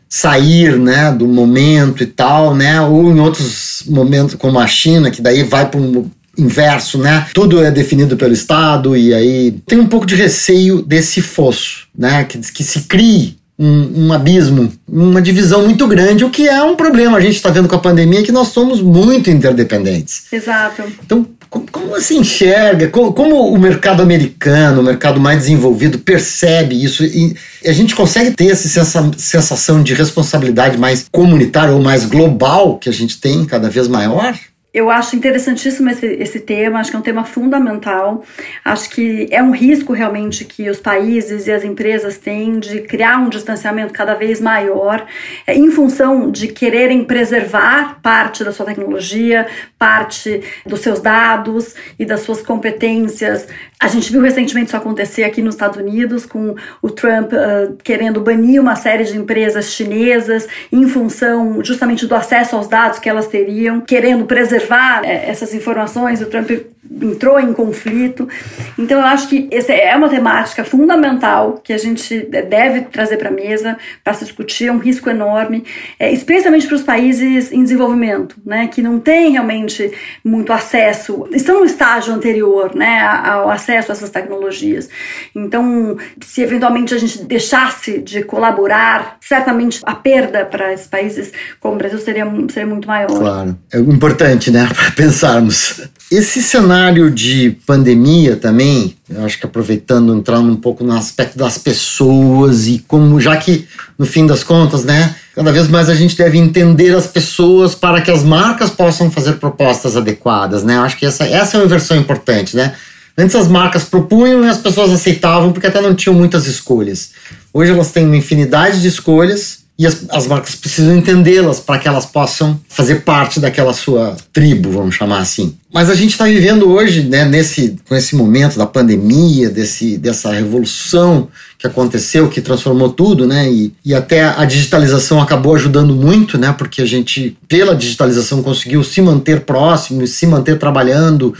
sair, né, do momento e tal, né, ou em outros momentos como a China, que daí vai para um inverso, né, tudo é definido pelo Estado, e aí tem um pouco de receio desse fosso, né, que se crie um abismo, uma divisão muito grande, o que é um problema. A gente está vendo com a pandemia que nós somos muito interdependentes. Exato. Então, como você enxerga, como o mercado americano, o mercado mais desenvolvido, percebe isso? E a gente consegue ter essa sensação de responsabilidade mais comunitária ou mais global que a gente tem cada vez maior? Eu acho interessantíssimo esse tema, acho que é um tema fundamental, acho que é um risco realmente que os países e as empresas têm de criar um distanciamento cada vez maior em função de quererem preservar parte da sua tecnologia, parte dos seus dados e das suas competências. A gente viu recentemente isso acontecer aqui nos Estados Unidos, com o Trump querendo banir uma série de empresas chinesas em função justamente do acesso aos dados que elas teriam, querendo preservar essas informações. O Trump entrou em conflito. Então eu acho que essa é uma temática fundamental que a gente deve trazer para a mesa para se discutir. É um risco enorme, especialmente para os países em desenvolvimento, né, que não têm realmente muito acesso, estão no estágio anterior, né, ao acesso a essas tecnologias. Então, se eventualmente a gente deixasse de colaborar, certamente a perda para esses países como o Brasil seria muito maior. Claro, é importante, né, para pensarmos. Esse cenário de pandemia também, eu acho que aproveitando, entrando um pouco no aspecto das pessoas e como, já que no fim das contas, né, cada vez mais a gente deve entender as pessoas para que as marcas possam fazer propostas adequadas, né, eu acho que essa é uma versão importante, né. Antes as marcas propunham e as pessoas aceitavam porque até não tinham muitas escolhas. Hoje elas têm uma infinidade de escolhas e as marcas precisam entendê-las para que elas possam fazer parte daquela sua tribo, vamos chamar assim. Mas a gente está vivendo hoje, né, com esse momento da pandemia, dessa revolução que aconteceu, que transformou tudo, né, e até a digitalização acabou ajudando muito, né, porque a gente, pela digitalização, conseguiu se manter próximo, se manter trabalhando.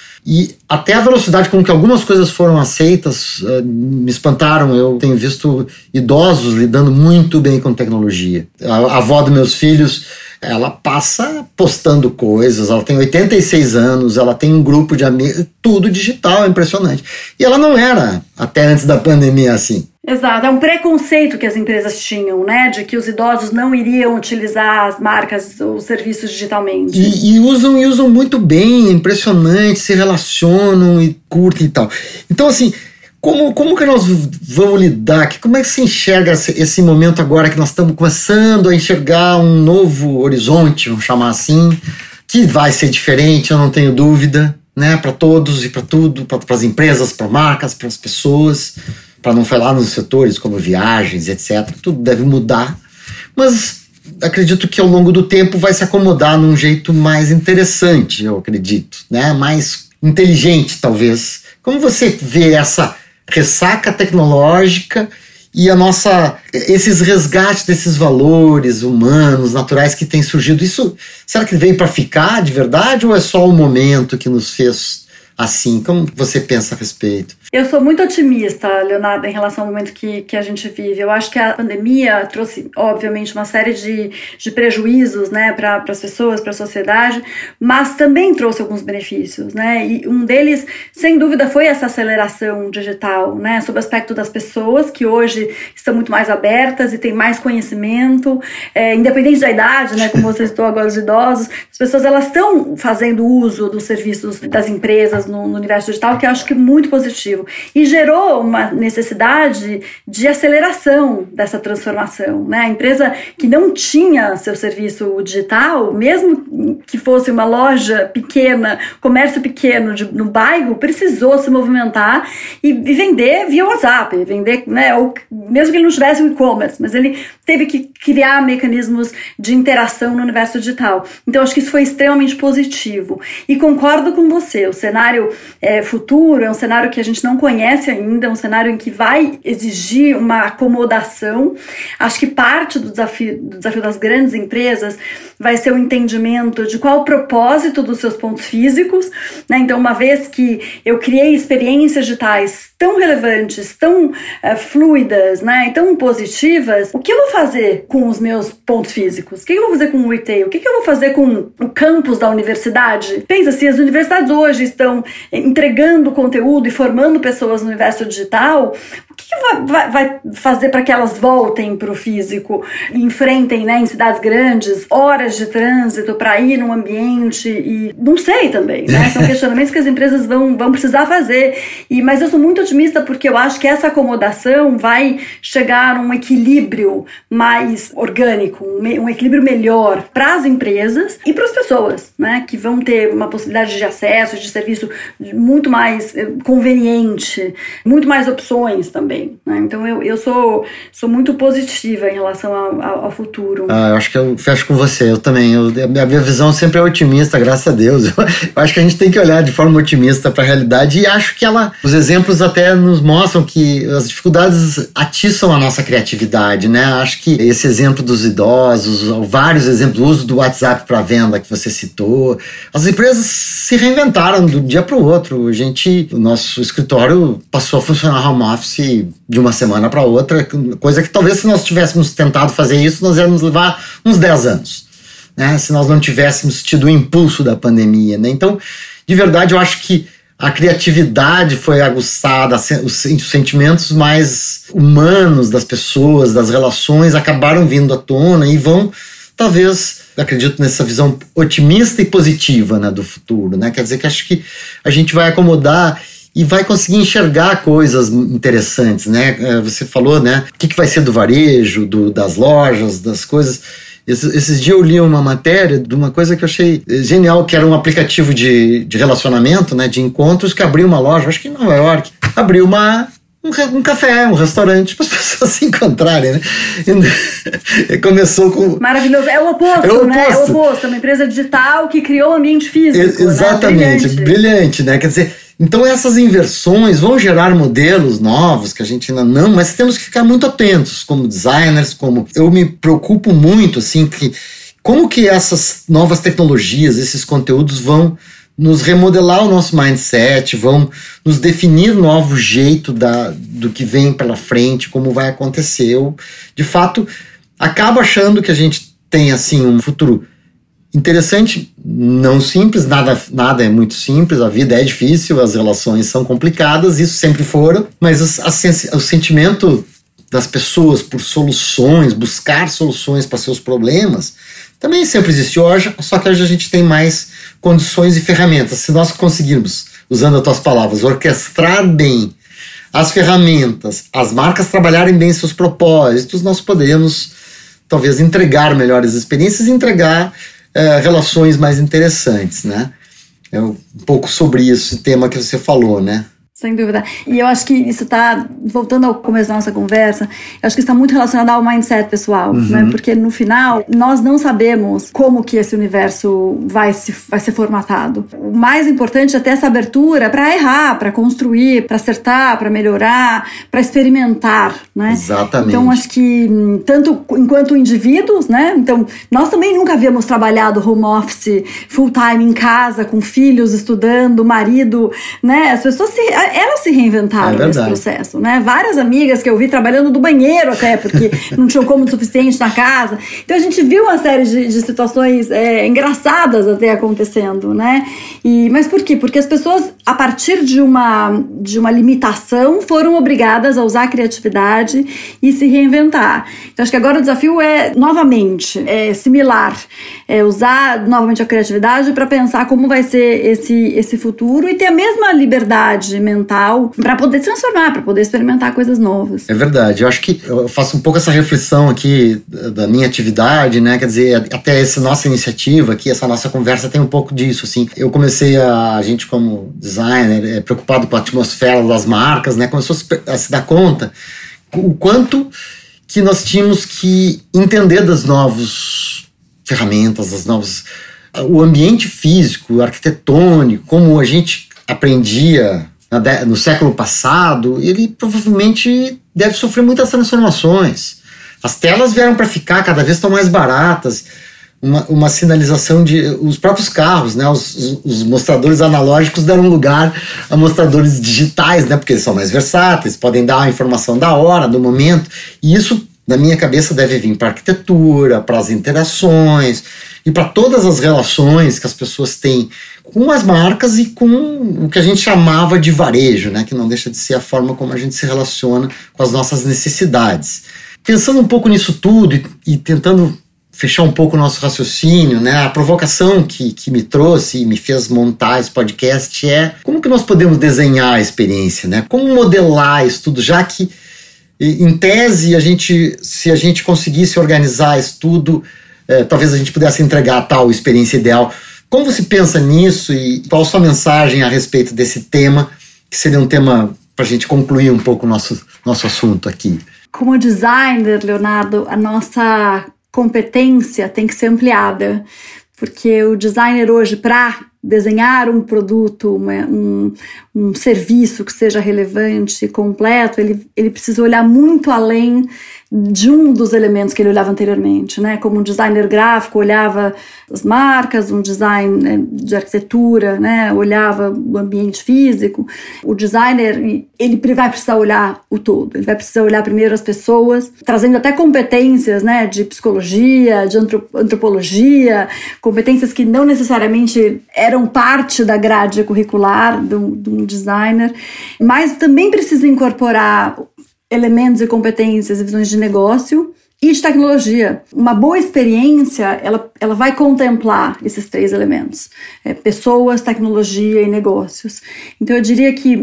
E até a velocidade com que algumas coisas foram aceitas me espantaram. Eu tenho visto idosos lidando muito bem com tecnologia. A avó dos meus filhos, ela passa postando coisas, ela tem 86 anos, ela tem um grupo de amigos, tudo digital, é impressionante. E ela não era, até antes da pandemia, assim. Exato, é um preconceito que as empresas tinham, né, de que os idosos não iriam utilizar as marcas ou serviços digitalmente. E usam muito bem, é impressionante, se relacionam e curtem e tal. Então, assim, como que nós vamos lidar? Como é que se enxerga esse momento agora que nós estamos começando a enxergar um novo horizonte, vamos chamar assim, que vai ser diferente, eu não tenho dúvida, né, para todos e para tudo, para as empresas, para marcas, para as pessoas, para não falar nos setores como viagens, etc. Tudo deve mudar, mas acredito que ao longo do tempo vai se acomodar num jeito mais interessante, eu acredito, né? Mais inteligente, talvez. Como você vê essa ressaca tecnológica e esses resgates desses valores humanos, naturais que têm surgido? Isso, será que veio para ficar de verdade ou é só o momento que nos fez assim? Como você pensa a respeito? Eu sou muito otimista, Leonardo, em relação ao momento que a gente vive. Eu acho que a pandemia trouxe, obviamente, uma série de prejuízos, né, para as pessoas, para a sociedade, mas também trouxe alguns benefícios, né? E um deles, sem dúvida, foi essa aceleração digital, né, sob o aspecto das pessoas, que hoje estão muito mais abertas e têm mais conhecimento, independente da idade, né, como você citou agora, os idosos, as pessoas elas estão fazendo uso dos serviços das empresas no universo digital, que eu acho que é muito positivo. E gerou uma necessidade de aceleração dessa transformação, né? A empresa que não tinha seu serviço digital, mesmo que fosse uma loja pequena, comércio pequeno no bairro, precisou se movimentar e vender via WhatsApp, vender, né? Ou mesmo que ele não tivesse um e-commerce, mas ele teve que criar mecanismos de interação no universo digital. Então, acho que isso foi extremamente positivo. E concordo com você, o cenário futuro é um cenário que a gente não conhece ainda, é um cenário em que vai exigir uma acomodação. Acho que parte do desafio das grandes empresas vai ser o entendimento de qual o propósito dos seus pontos físicos, né? Então, uma vez que eu criei experiências digitais tão relevantes, tão fluidas, né, e tão positivas, o que eu vou fazer com os meus pontos físicos? O que eu vou fazer com o retail? O que eu vou fazer com o campus da universidade? Pensa, se as universidades hoje estão entregando conteúdo e formando pessoas no universo digital, o que vai fazer para que elas voltem para o físico e enfrentem, né, em cidades grandes, horas de trânsito para ir num ambiente e não sei também, né? São questionamentos que as empresas vão precisar fazer. Mas eu sou muito otimista porque eu acho que essa acomodação vai chegar a um equilíbrio mais orgânico, um equilíbrio melhor para as empresas e para as pessoas, né, que vão ter uma possibilidade de acesso, de serviço muito mais conveniente, muito mais opções também, né? Então eu sou muito positiva em relação ao futuro. Eu acho que eu fecho com você, eu também. A minha visão sempre é otimista, graças a Deus. Eu acho que a gente tem que olhar de forma otimista para a realidade e acho que os exemplos até nos mostram que as dificuldades atiçam a nossa criatividade, né? Acho que esse exemplo dos idosos, vários exemplos, o uso do WhatsApp para venda que você citou, as empresas se reinventaram do dia para o outro. O nosso escritório passou a funcionar home office de uma semana para outra, coisa que talvez se nós tivéssemos tentado fazer isso, nós íamos levar uns 10 anos, né? Se nós não tivéssemos tido o impulso da pandemia, né? Então, de verdade, eu acho que a criatividade foi aguçada, os sentimentos mais humanos das pessoas, das relações, acabaram vindo à tona e vão, talvez, acredito nessa visão otimista e positiva, né, do futuro, né? Quer dizer que acho que a gente vai acomodar e vai conseguir enxergar coisas interessantes, né? Você falou, né? O que vai ser do varejo, das lojas, das coisas. Esses dias eu li uma matéria de uma coisa que eu achei genial, que era um aplicativo de relacionamento, né? De encontros, que abriu uma loja, acho que em Nova York, abriu um café, um restaurante para as pessoas se encontrarem, né? E começou com... Maravilhoso. É o oposto, né? É o oposto. Uma empresa digital que criou um ambiente físico. Exatamente. Né? Brilhante, né? Quer dizer, então essas inversões vão gerar modelos novos que a gente ainda não... Mas temos que ficar muito atentos como designers, eu me preocupo muito, assim, como que essas novas tecnologias, esses conteúdos vão nos remodelar o nosso mindset, vão nos definir novo jeito do que vem pela frente, como vai acontecer. Eu, de fato, acabo achando que a gente tem assim um futuro interessante, não simples, nada é muito simples, a vida é difícil, as relações são complicadas, isso sempre foram, mas o sentimento das pessoas por soluções, buscar soluções para seus problemas, também sempre existiu hoje, só que hoje a gente tem mais condições e ferramentas. Se nós conseguirmos, usando as tuas palavras, orquestrar bem as ferramentas, as marcas trabalharem bem seus propósitos, nós poderemos talvez entregar melhores experiências e entregar relações mais interessantes, né? É um pouco sobre esse tema que você falou, né? Sem dúvida. E eu acho que isso está, voltando ao começo da nossa conversa, eu acho que está muito relacionado ao mindset pessoal, né? Porque no final, nós não sabemos como que esse universo vai ser formatado. O mais importante é ter essa abertura para errar, para construir, para acertar, para melhorar, para experimentar, né? Exatamente. Então, acho que tanto enquanto indivíduos, né? Então, nós também nunca havíamos trabalhado home office, full time em casa, com filhos, estudando, marido, né? As pessoas elas se reinventaram nesse processo, né? Várias amigas que eu vi trabalhando do banheiro até, porque não tinham cômodo suficiente na casa. Então a gente viu uma série de situações engraçadas até acontecendo, né? Mas por quê? Porque as pessoas, a partir de uma limitação, foram obrigadas a usar a criatividade e se reinventar. Então acho que agora o desafio é, novamente, similar. Usar novamente a criatividade para pensar como vai ser esse futuro e ter a mesma liberdade mental para poder transformar, para poder experimentar coisas novas. É verdade, eu acho que eu faço um pouco essa reflexão aqui da minha atividade, né? Quer dizer, até essa nossa iniciativa aqui, essa nossa conversa tem um pouco disso, assim. Eu comecei a gente como designer, preocupado com a atmosfera das marcas, né? Começou a se dar conta o quanto que nós tínhamos que entender das novas ferramentas, o ambiente físico, arquitetônico, como a gente aprendia no século passado, ele provavelmente deve sofrer muitas transformações. As telas vieram para ficar, cada vez estão mais baratas. uma sinalização de... Os próprios carros, né? Os mostradores analógicos deram lugar a mostradores digitais, né? Porque eles são mais versáteis, podem dar a informação da hora, do momento. E isso, na minha cabeça, deve vir para a arquitetura, para as interações e para todas as relações que as pessoas têm com as marcas e com o que a gente chamava de varejo, né? Que não deixa de ser a forma como a gente se relaciona com as nossas necessidades. Pensando um pouco nisso tudo e tentando fechar um pouco o nosso raciocínio, né? A provocação que me trouxe e me fez montar esse podcast é como que nós podemos desenhar a experiência, né? Como modelar isso tudo, já que, em tese, se a gente conseguisse organizar isso tudo, talvez a gente pudesse entregar a tal experiência ideal. Como você pensa nisso e qual a sua mensagem a respeito desse tema, que seria um tema para a gente concluir um pouco o nosso assunto aqui? Como designer, Leonardo, a nossa competência tem que ser ampliada, porque o designer hoje, para desenhar um produto, um serviço que seja relevante e completo, ele precisa olhar muito além de um dos elementos que ele olhava anteriormente, né? Como um designer gráfico olhava as marcas, um design de arquitetura, né? Olhava o ambiente físico. O designer, ele vai precisar olhar o todo, ele vai precisar olhar primeiro as pessoas, trazendo até competências, né? De psicologia, de antropologia, competências que não necessariamente eram parte da grade curricular de um designer, mas também precisa incorporar elementos e competências e visões de negócio e de tecnologia. Uma boa experiência, ela vai contemplar esses três elementos. Pessoas, tecnologia e negócios. Então eu diria que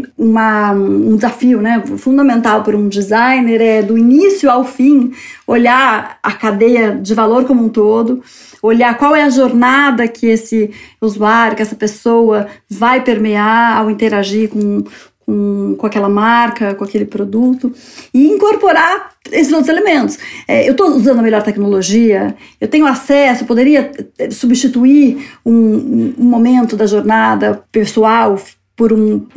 um desafio, né, fundamental para um designer é, do início ao fim, olhar a cadeia de valor como um todo, olhar qual é a jornada que esse usuário, que essa pessoa vai permear ao interagir com aquela marca, com aquele produto, e incorporar esses outros elementos. Eu estou usando a melhor tecnologia, eu tenho acesso, eu poderia substituir um momento da jornada pessoal por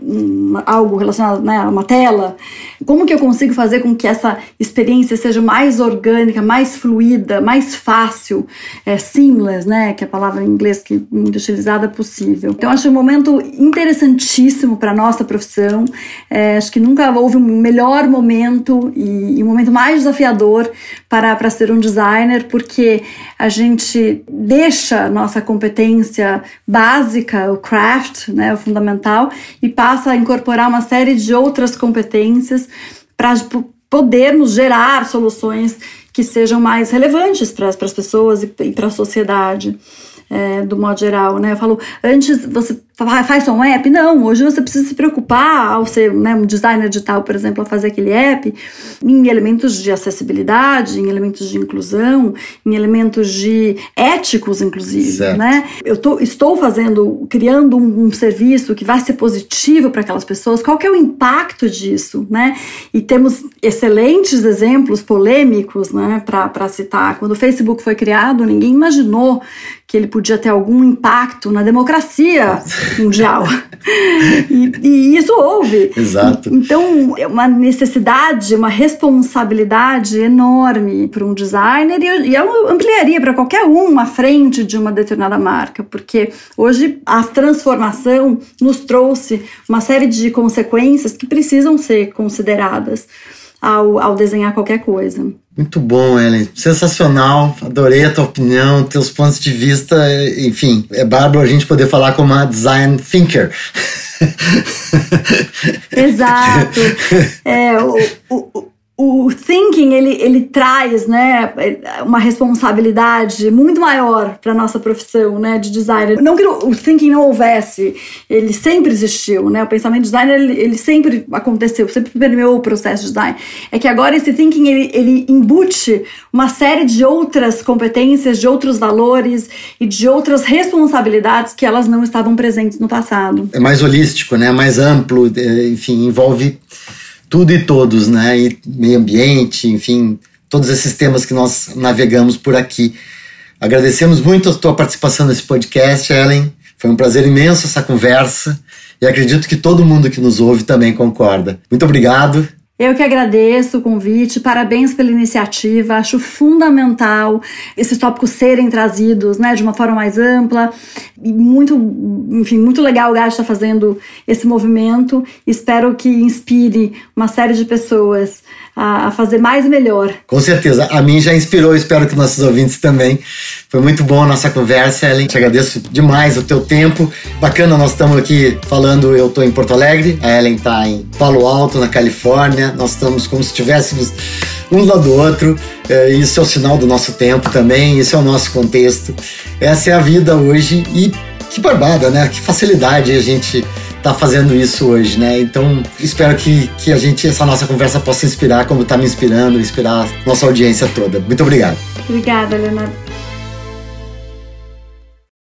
algo relacionado, né, a uma tela. Como que eu consigo fazer com que essa experiência seja mais orgânica, mais fluida, mais fácil, seamless, né, que é a palavra em inglês que é muito utilizada, possível. Então, acho um momento interessantíssimo para a nossa profissão. Acho que nunca houve um melhor momento e um momento mais desafiador para ser um designer, porque a gente deixa a nossa competência básica, o craft, né, o fundamental, e passa a incorporar uma série de outras competências para podermos gerar soluções que sejam mais relevantes para as pessoas e para a sociedade, do modo geral, né? Eu falo, antes você faz só um app? Não, hoje você precisa se preocupar, ao ser, né, um designer digital, por exemplo, a fazer aquele app, em elementos de acessibilidade, em elementos de inclusão, em elementos de éticos, inclusive, certo, né? Eu estou criando um serviço que vai ser positivo para aquelas pessoas. Qual que é o impacto disso, né? E temos excelentes exemplos polêmicos, né, para citar. Quando o Facebook foi criado, ninguém imaginou que ele podia ter algum impacto na democracia mundial. E isso houve. Exato. Então, é uma necessidade, uma responsabilidade enorme para um designer, e eu ampliaria para qualquer um à frente de uma determinada marca, porque hoje a transformação nos trouxe uma série de consequências que precisam ser consideradas ao desenhar qualquer coisa. Muito bom, Ellen. Sensacional. Adorei a tua opinião, teus pontos de vista. Enfim, é bárbaro a gente poder falar como uma design thinker. Exato. O thinking, ele traz, né, uma responsabilidade muito maior para a nossa profissão, né, de designer. Não que o thinking não houvesse, ele sempre existiu, né, o pensamento de designer, ele sempre aconteceu, sempre permeou o processo de design. É que agora esse thinking, ele embute uma série de outras competências, de outros valores e de outras responsabilidades que elas não estavam presentes no passado. É mais holístico, né, mais amplo, enfim, envolve tudo e todos, né? E meio ambiente, enfim, todos esses temas que nós navegamos por aqui. Agradecemos muito a tua participação nesse podcast, Ellen. Foi um prazer imenso essa conversa e acredito que todo mundo que nos ouve também concorda. Muito obrigado. Eu que agradeço o convite, parabéns pela iniciativa, acho fundamental esses tópicos serem trazidos, né, de uma forma mais ampla, e muito legal o GAD estar fazendo esse movimento, espero que inspire uma série de pessoas a fazer mais e melhor. Com certeza, a mim já inspirou, espero que nossos ouvintes também. Foi muito bom a nossa conversa, Ellen, te agradeço demais o teu tempo, bacana, nós estamos aqui falando, eu estou em Porto Alegre, a Ellen está em Palo Alto, na Califórnia, nós estamos como se estivéssemos um lado do outro, isso é o sinal do nosso tempo também, isso é o nosso contexto, essa é a vida hoje e que barbada, né? Que facilidade a gente tá fazendo isso hoje, né? Então, espero que essa nossa conversa possa inspirar, como tá me inspirando, inspirar a nossa audiência toda. Muito obrigado. Obrigada, Leonardo.